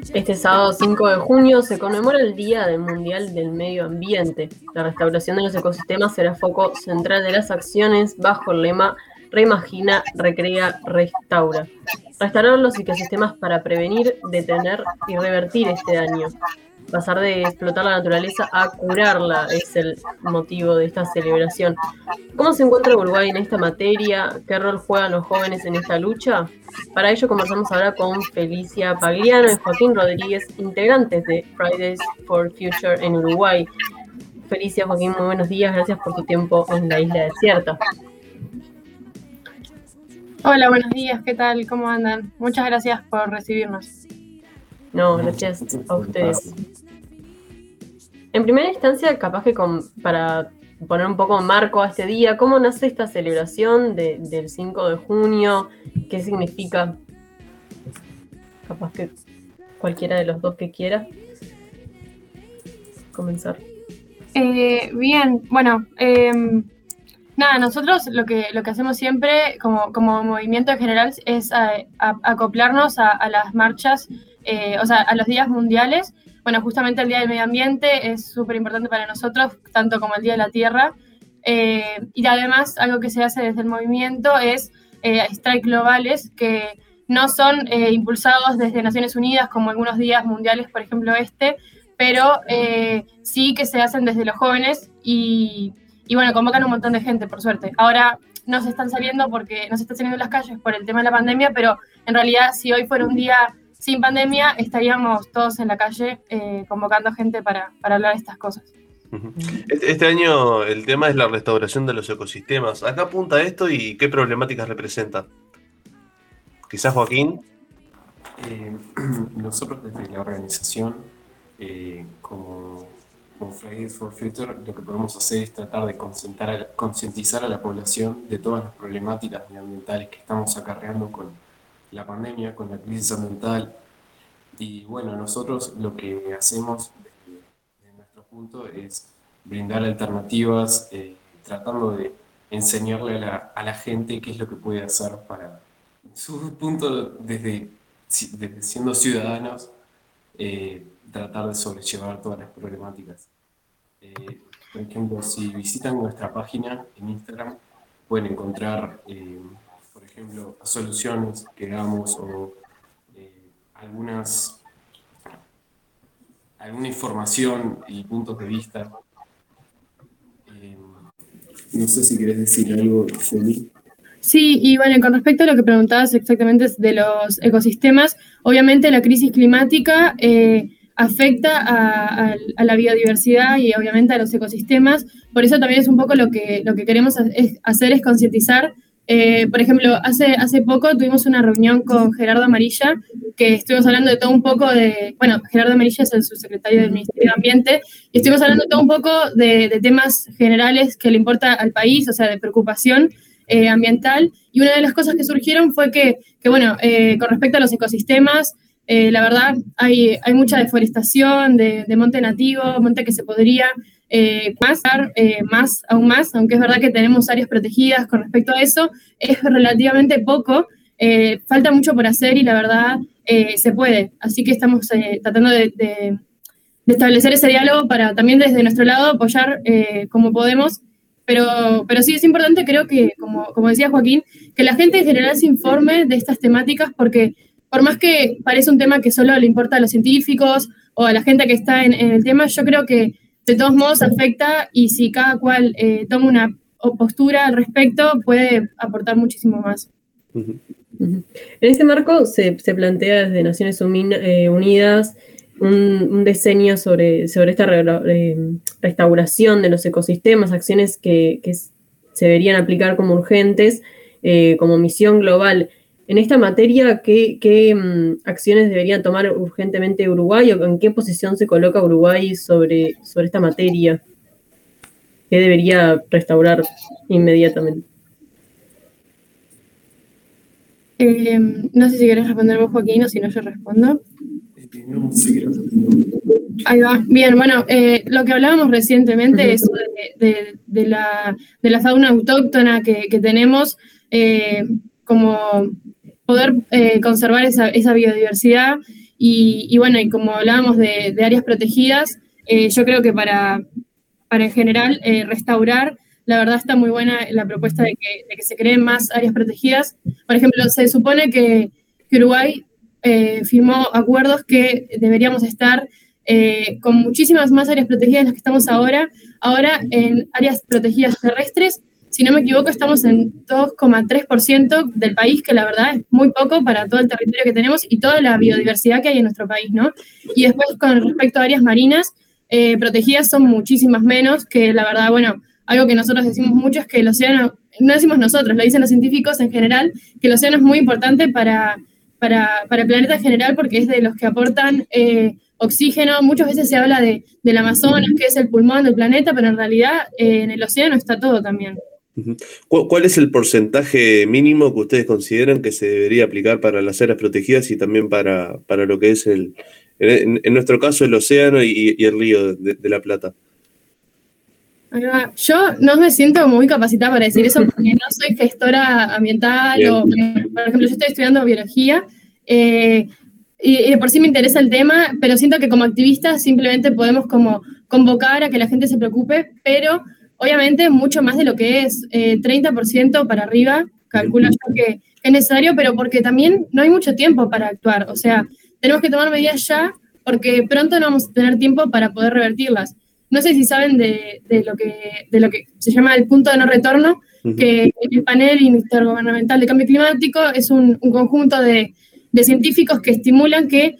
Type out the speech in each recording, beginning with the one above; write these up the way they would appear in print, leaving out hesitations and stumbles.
Este sábado 5 de junio se conmemora el Día Mundial del Medio Ambiente. La restauración de los ecosistemas será foco central de las acciones bajo el lema Reimagina, Recrea, Restaura. Restaurar los ecosistemas para prevenir, detener y revertir este daño. Pasar de explotar la naturaleza a curarla es el motivo de esta celebración. ¿Cómo se encuentra Uruguay en esta materia? ¿Qué rol juegan los jóvenes en esta lucha? Para ello conversamos ahora con Felicia Pagliano y Joaquín Rodríguez, integrantes de Fridays for Future en Uruguay. Felicia, Joaquín, muy buenos días. Gracias por tu tiempo en la isla desierta. Hola, buenos días. ¿Qué tal? ¿Cómo andan? Muchas gracias por recibirnos. No, gracias a ustedes. En primera instancia, capaz que para poner un poco en marco a este día, ¿cómo nace esta celebración del 5 de junio? ¿Qué significa? Capaz que cualquiera de los dos que quiera comenzar. Bien, bueno, nada, nosotros lo que hacemos siempre como movimiento en general es acoplarnos a las marchas, o sea, a los días mundiales. Bueno, justamente el Día del Medio Ambiente es súper importante para nosotros, tanto como el Día de la Tierra. Y además, algo que se hace desde el movimiento es strikes globales que no son impulsados desde Naciones Unidas como algunos días mundiales, por ejemplo pero sí que se hacen desde los jóvenes y bueno, convocan un montón de gente, por suerte. Ahora no se están saliendo porque no se están saliendo en las calles por el tema de la pandemia, pero en realidad si hoy fuera un día sin pandemia, estaríamos todos en la calle convocando gente para hablar de estas cosas. Este año el tema es la restauración de los ecosistemas. ¿A qué apunta esto y qué problemáticas representa? Quizás Joaquín. Nosotros desde la organización, como Fridays for Future, lo que podemos hacer es tratar de concientizar a la población de todas las problemáticas medioambientales que estamos acarreando con la pandemia, con la crisis ambiental. Y bueno, nosotros lo que hacemos desde nuestro punto es brindar alternativas, tratando de enseñarle a la gente qué es lo que puede hacer para su punto desde siendo ciudadanos, tratar de sobrellevar todas las problemáticas. Por ejemplo, si visitan nuestra página en Instagram, pueden encontrar, por ejemplo, soluciones que damos o alguna información y puntos de vista. No sé si querés decir algo, Feli. Sí, y bueno, con respecto a lo que preguntabas exactamente de los ecosistemas, obviamente la crisis climática afecta a la biodiversidad y obviamente a los ecosistemas. Por eso también es un poco lo que queremos hacer es concientizar. Por ejemplo, hace poco tuvimos una reunión con Gerardo Amarilla, que estuvimos hablando de todo un poco Gerardo Amarilla es el subsecretario del Ministerio de Ambiente, y estuvimos hablando todo un poco de temas generales que le importa al país, o sea, de preocupación ambiental, y una de las cosas que surgieron fue que con respecto a los ecosistemas, la verdad hay mucha deforestación de monte nativo, monte que se podría aún más, aunque es verdad que tenemos áreas protegidas con respecto a eso, es relativamente poco, falta mucho por hacer y la verdad se puede, así que estamos tratando de establecer ese diálogo para también desde nuestro lado apoyar como podemos. Pero sí es importante, creo que, como decía Joaquín, que la gente en general se informe de estas temáticas porque por más que parece un tema que solo le importa a los científicos o a la gente que está en el tema, yo creo que de todos modos afecta y si cada cual toma una postura al respecto puede aportar muchísimo más. En este marco se plantea desde Naciones Unidas un diseño sobre esta restauración de los ecosistemas, acciones que se deberían aplicar como urgentes, como misión global. En esta materia, ¿qué acciones debería tomar urgentemente Uruguay o en qué posición se coloca Uruguay sobre esta materia? ¿Qué debería restaurar inmediatamente? No sé si querés responder vos, Joaquín, o si no yo respondo. No, sí, ahí va. Bien, bueno, lo que hablábamos recientemente es de la fauna autóctona que tenemos, como poder conservar esa biodiversidad Y bueno, y como hablábamos de áreas protegidas, yo creo que para en general restaurar, la verdad está muy buena la propuesta de que se creen más áreas protegidas. Por ejemplo, se supone que Uruguay firmó acuerdos que deberíamos estar con muchísimas más áreas protegidas de las que estamos ahora. Ahora, en áreas protegidas terrestres, si no me equivoco, estamos en 2,3% del país, que la verdad es muy poco para todo el territorio que tenemos y toda la biodiversidad que hay en nuestro país, ¿no? Y después, con respecto a áreas marinas, protegidas son muchísimas menos, que la verdad, bueno, algo que nosotros decimos mucho es que el océano, no decimos nosotros, lo dicen los científicos en general, que el océano es muy importante para el planeta en general porque es de los que aportan oxígeno. Muchas veces se habla del Amazonas, que es el pulmón del planeta, pero en realidad en el océano está todo también. ¿Cuál es el porcentaje mínimo que ustedes consideran que se debería aplicar para las áreas protegidas y también para lo que es en nuestro caso el océano y el río de la Plata? Yo no me siento muy capacitada para decir eso porque no soy gestora ambiental o, por ejemplo, yo estoy estudiando biología y de por sí me interesa el tema, pero siento que como activistas simplemente podemos como convocar a que la gente se preocupe, pero obviamente mucho más de lo que es 30% para arriba, calculo yo que es necesario, pero porque también no hay mucho tiempo para actuar, o sea, tenemos que tomar medidas ya porque pronto no vamos a tener tiempo para poder revertirlas. No sé si saben de lo que se llama el punto de no retorno, que el panel intergubernamental de cambio climático es un conjunto de científicos que estimulan que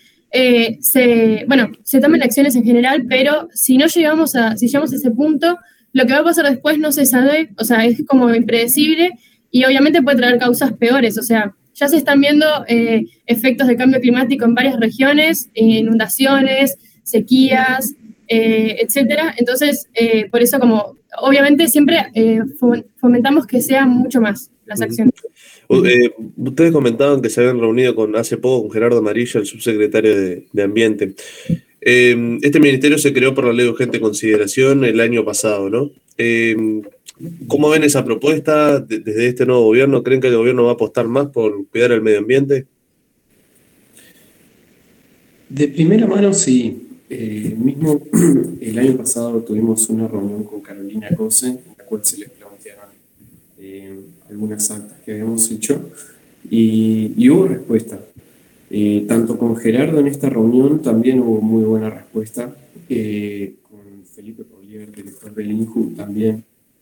se tomen acciones en general, pero si llegamos a ese punto, lo que va a pasar después no se sabe, o sea, es como impredecible y obviamente puede traer causas peores, o sea, ya se están viendo efectos de cambio climático en varias regiones, inundaciones, sequías, etcétera. Entonces, por eso como obviamente siempre fomentamos que sean mucho más las acciones. Ustedes comentaban que se habían reunido hace poco con Gerardo Amarillo, el subsecretario de Ambiente. Este ministerio se creó por la Ley de Urgente Consideración el año pasado, ¿no? ¿Cómo ven esa propuesta desde este nuevo gobierno? ¿Creen que el gobierno va a apostar más por cuidar el medio ambiente? De primera mano, sí. Mismo el año pasado tuvimos una reunión con Carolina Cose, en la cual se les plantearon algunas actas que habíamos hecho y hubo respuesta. Tanto con Gerardo en esta reunión también hubo muy buena respuesta. Con Felipe Polier, director del INJU, también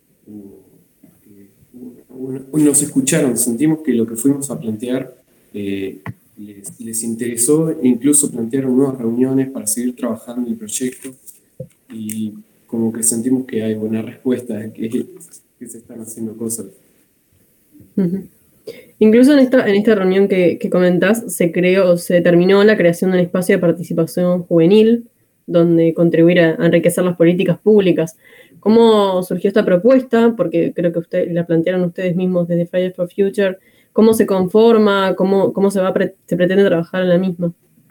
nos escucharon. Sentimos que lo que fuimos a plantear les interesó, e incluso plantearon nuevas reuniones para seguir trabajando en el proyecto y como que sentimos que hay buena respuesta, que se están haciendo cosas. Incluso en esta reunión que comentás, se determinó la creación de un espacio de participación juvenil donde contribuir a enriquecer las políticas públicas. ¿Cómo surgió esta propuesta? Porque creo que la plantearon ustedes mismos desde Fridays for Future. ¿Cómo se conforma? ¿Cómo se pretende trabajar en la misma?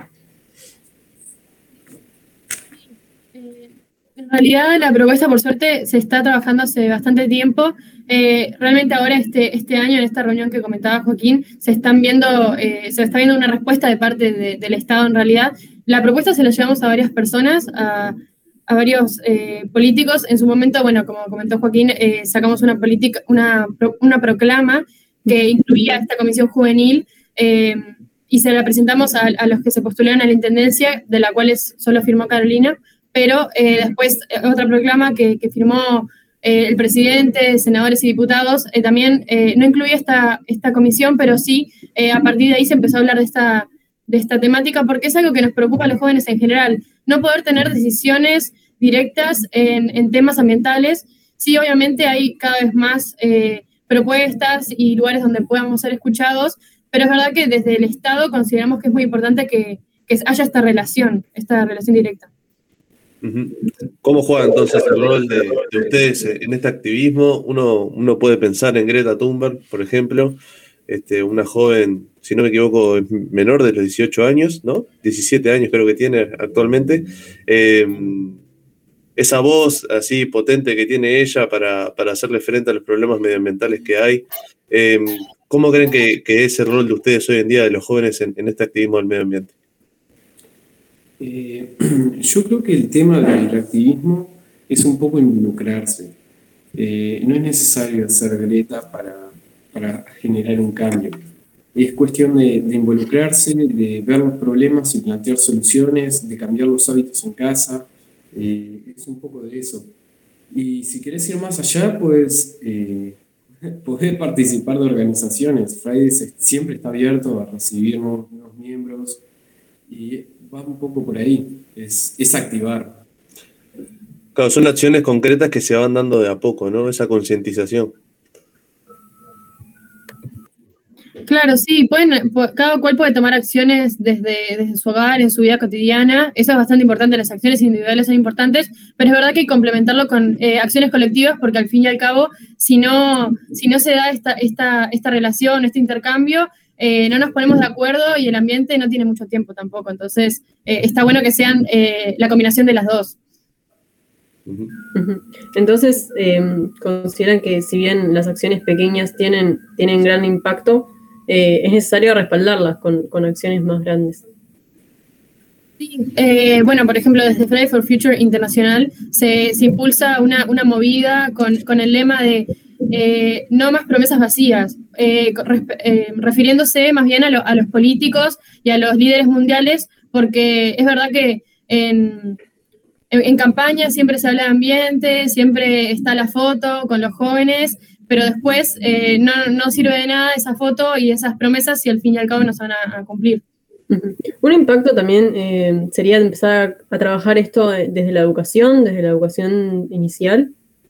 En realidad la propuesta, por suerte, se está trabajando hace bastante tiempo. Realmente ahora este año, en esta reunión que comentaba Joaquín, se está viendo una respuesta de parte del Estado en realidad. La propuesta se la llevamos a varias personas, a varios políticos. En su momento, bueno, como comentó Joaquín, sacamos una proclama que incluía esta comisión juvenil y se la presentamos a los que se postularon a la intendencia, de la cual solo firmó Carolina, pero después otra proclama que firmó el presidente, senadores y diputados, también no incluía esta comisión, pero sí, a partir de ahí se empezó a hablar de esta temática, porque es algo que nos preocupa a los jóvenes en general, no poder tener decisiones directas en temas ambientales. Sí, obviamente hay cada vez más propuestas y lugares donde podamos ser escuchados, pero es verdad que desde el Estado consideramos que es muy importante que haya esta relación directa. ¿Cómo juega entonces el rol de ustedes en este activismo? Uno puede pensar en Greta Thunberg, por ejemplo, una joven, si no me equivoco, menor de los 18 años, ¿no? 17 años creo que tiene actualmente. Esa voz así potente que tiene ella para hacerle frente a los problemas medioambientales que hay. ¿Cómo creen que es el rol de ustedes hoy en día, de los jóvenes, en este activismo del medio ambiente? Yo creo que el tema del activismo es un poco involucrarse. No es necesario hacer Greta para generar un cambio. Es cuestión de involucrarse, de ver los problemas y plantear soluciones, de cambiar los hábitos en casa. Es un poco de eso. Y si querés ir más allá, pues podés participar de organizaciones. Fridays siempre está abierto a recibir nuevos miembros y va un poco por ahí, es activar. Claro, son acciones concretas que se van dando de a poco, ¿no? Esa concientización. Claro, sí, cada cual puede tomar acciones desde su hogar, en su vida cotidiana. Eso es bastante importante, las acciones individuales son importantes, pero es verdad que hay que complementarlo con acciones colectivas, porque al fin y al cabo, si no se da esta relación, este intercambio, no nos ponemos de acuerdo y el ambiente no tiene mucho tiempo tampoco. Entonces, está bueno que sean la combinación de las dos. Entonces, consideran que si bien las acciones pequeñas tienen gran impacto, es necesario respaldarlas con acciones más grandes. Sí, bueno, por ejemplo, desde Fridays for Future Internacional se impulsa una movida con el lema de no más promesas vacías, refiriéndose más bien a los políticos y a los líderes mundiales, porque es verdad que en campaña siempre se habla de ambiente, siempre está la foto con los jóvenes, pero después no sirve de nada esa foto y esas promesas si al fin y al cabo no se van a cumplir. Un impacto también sería empezar a trabajar esto desde la educación inicial.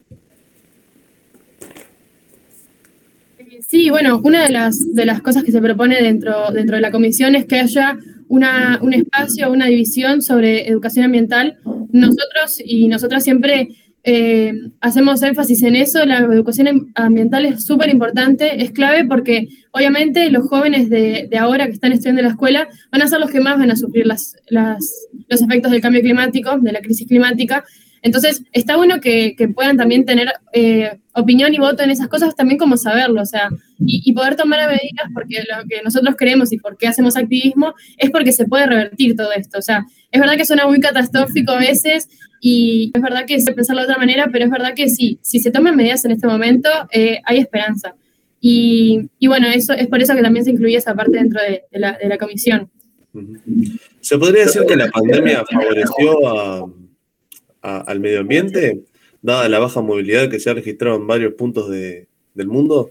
Sí, bueno, una de las cosas que se propone dentro de la comisión es que haya un espacio, una división sobre educación ambiental. Nosotros y nosotras siempre hacemos énfasis en eso. La educación ambiental es súper importante, es clave porque obviamente los jóvenes de ahora que están estudiando en la escuela van a ser los que más van a sufrir los efectos del cambio climático, de la crisis climática. Entonces, está bueno que puedan también tener opinión y voto en esas cosas, también como saberlo, o sea, y poder tomar medidas, porque lo que nosotros queremos y por qué hacemos activismo es porque se puede revertir todo esto. O sea, es verdad que suena muy catastrófico a veces y es verdad que se puede pensarlo de otra manera, pero es verdad que sí, si se toman medidas en este momento, hay esperanza. Y bueno, eso es por eso que también se incluye esa parte dentro de la comisión. ¿Se podría decir que la pandemia favoreció al medio ambiente, dada la baja movilidad que se ha registrado en varios puntos del mundo?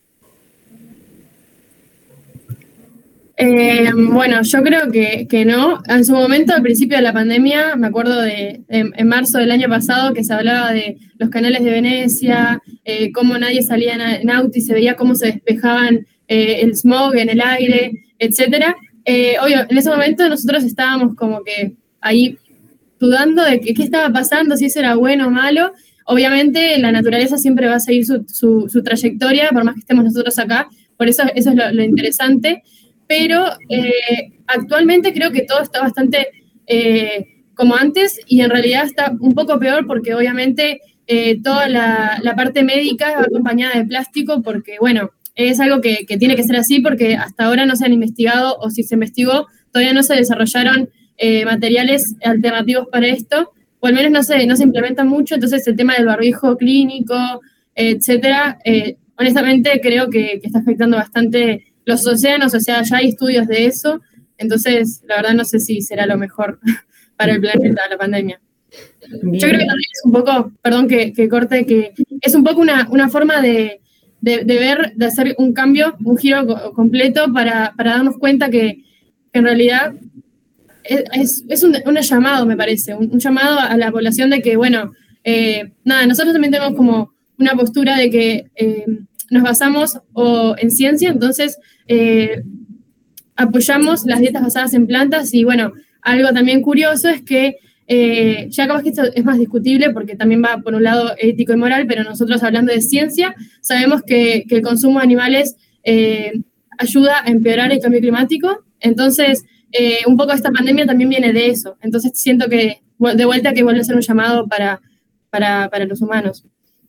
Bueno, yo creo que no. En su momento, al principio de la pandemia, me acuerdo en marzo del año pasado que se hablaba de los canales de Venecia, cómo nadie salía en auto y se veía cómo se despejaban el smog en el aire, etcétera. Obvio, en ese momento nosotros estábamos como que ahí dudando de qué estaba pasando, si eso era bueno o malo. Obviamente la naturaleza siempre va a seguir su trayectoria, por más que estemos nosotros acá, por eso es lo interesante, pero actualmente creo que todo está bastante como antes y en realidad está un poco peor porque obviamente toda la parte médica va acompañada de plástico porque, bueno, es algo que tiene que ser así porque hasta ahora no se han investigado o si se investigó, todavía no se desarrollaron materiales alternativos para esto, o al menos no se implementan mucho, entonces el tema del barbijo clínico, etcétera, honestamente creo que está afectando bastante los océanos, o sea, ya hay estudios de eso, entonces la verdad no sé si será lo mejor para el planeta la pandemia. Bien. Yo creo que también es un poco, perdón que corte, que es un poco una forma de ver, de hacer un cambio, un giro completo para darnos cuenta que en realidad es un llamado, me parece, un llamado a la población de que, bueno, nosotros también tenemos como una postura de que nos basamos en ciencia, entonces apoyamos las dietas basadas en plantas y, bueno, algo también curioso es que ya capaz que esto es más discutible porque también va por un lado ético y moral, pero nosotros hablando de ciencia sabemos que el consumo de animales ayuda a empeorar el cambio climático, entonces un poco esta pandemia también viene de eso, entonces siento que de vuelta que vuelve a ser un llamado para los humanos.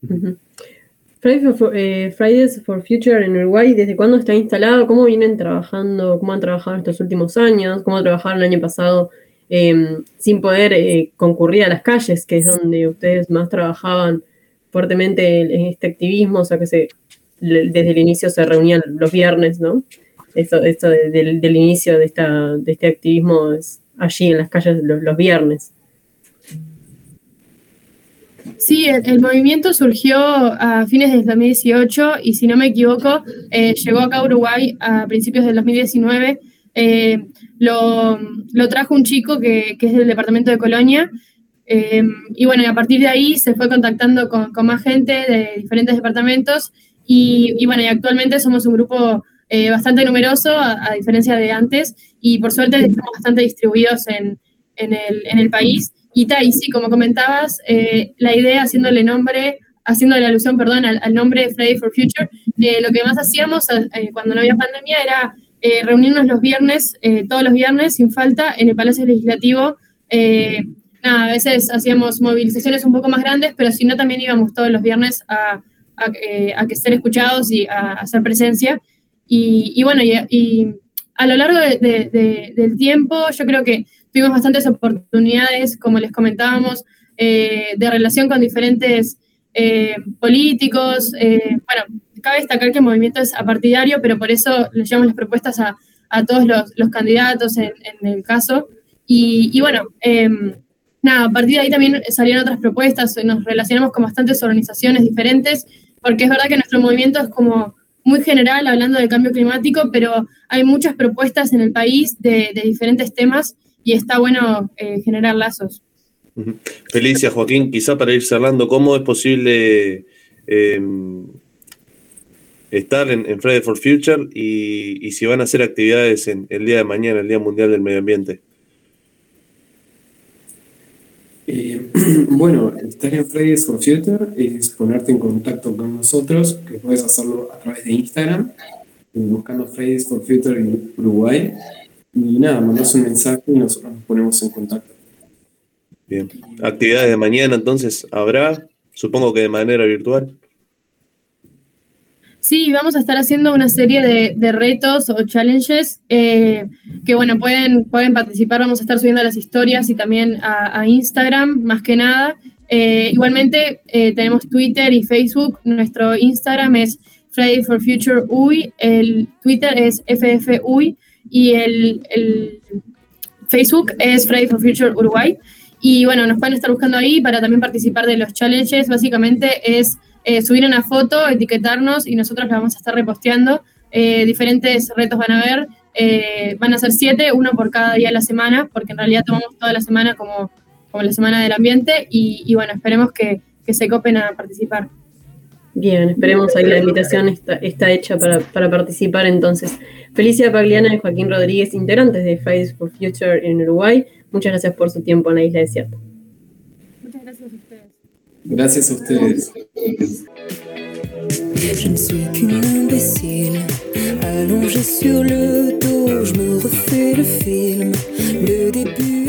Fridays for Future en Uruguay, ¿desde cuándo está instalado? ¿Cómo vienen trabajando? ¿Cómo han trabajado estos últimos años? ¿Cómo trabajaron el año pasado sin poder concurrir a las calles, que es donde ustedes más trabajaban fuertemente en este activismo, o sea que desde el inicio se reunían los viernes, ¿no? Esto del inicio de este activismo es allí en las calles los viernes. Sí, el movimiento surgió a fines del 2018 y si no me equivoco, llegó acá a Uruguay a principios del 2019. Lo trajo un chico que es del departamento de Colonia. Y bueno, y a partir de ahí se fue contactando con más gente de diferentes departamentos y bueno, y actualmente somos un grupo bastante numeroso, a diferencia de antes, y por suerte estamos bastante distribuidos en el país. Y sí, como comentabas, la idea haciéndole alusión, al nombre de Friday for Future, lo que más hacíamos cuando no había pandemia era reunirnos los viernes, todos los viernes, sin falta, en el Palacio Legislativo. A veces hacíamos movilizaciones un poco más grandes, pero si no, también íbamos todos los viernes a que ser escuchados y a hacer presencia. Y bueno, y a lo largo del tiempo, yo creo que tuvimos bastantes oportunidades, como les comentábamos, de relación con diferentes políticos. Bueno, cabe destacar que el movimiento es apartidario, pero por eso le llevamos las propuestas a todos los candidatos en el caso. Y bueno, a partir de ahí también salieron otras propuestas, nos relacionamos con bastantes organizaciones diferentes, porque es verdad que nuestro movimiento es como muy general, hablando del cambio climático, pero hay muchas propuestas en el país de diferentes temas y está bueno generar lazos. Felicia, Joaquín, quizá para ir cerrando, ¿cómo es posible estar en Friday for Future y si van a hacer actividades en el día de mañana, el Día Mundial del Medio Ambiente? Bueno, estar en Fridays for Future es ponerte en contacto con nosotros, que puedes hacerlo a través de Instagram, buscando Fridays for Future en Uruguay. Y nada, mandás un mensaje y nosotros nos ponemos en contacto. Bien. ¿Actividades de mañana entonces habrá? Supongo que de manera virtual. Sí, vamos a estar haciendo una serie de retos o challenges que, bueno, pueden participar. Vamos a estar subiendo las historias y también a Instagram, más que nada. Igualmente, tenemos Twitter y Facebook. Nuestro Instagram es Friday for Future UI, el Twitter es FFUI y el Facebook es Friday for Future Uruguay. Y, bueno, nos pueden estar buscando ahí para también participar de los challenges. Básicamente es subir una foto, etiquetarnos y nosotros la vamos a estar reposteando. Diferentes retos van a haber, van a ser 7, uno por cada día de la semana, porque en realidad tomamos toda la semana como la semana del ambiente y bueno, esperemos que se copen a participar. Bien, esperemos ahí la invitación está hecha para participar entonces. Felicia Pagliana y Joaquín Rodríguez, integrantes de Fridays for Future en Uruguay, muchas gracias por su tiempo en la Isla Desierta. Muchas gracias a ustedes. Gracias a ustedes. Je ne suis qu'une imbécile, allongée sur le dos, je me refais le film, le début.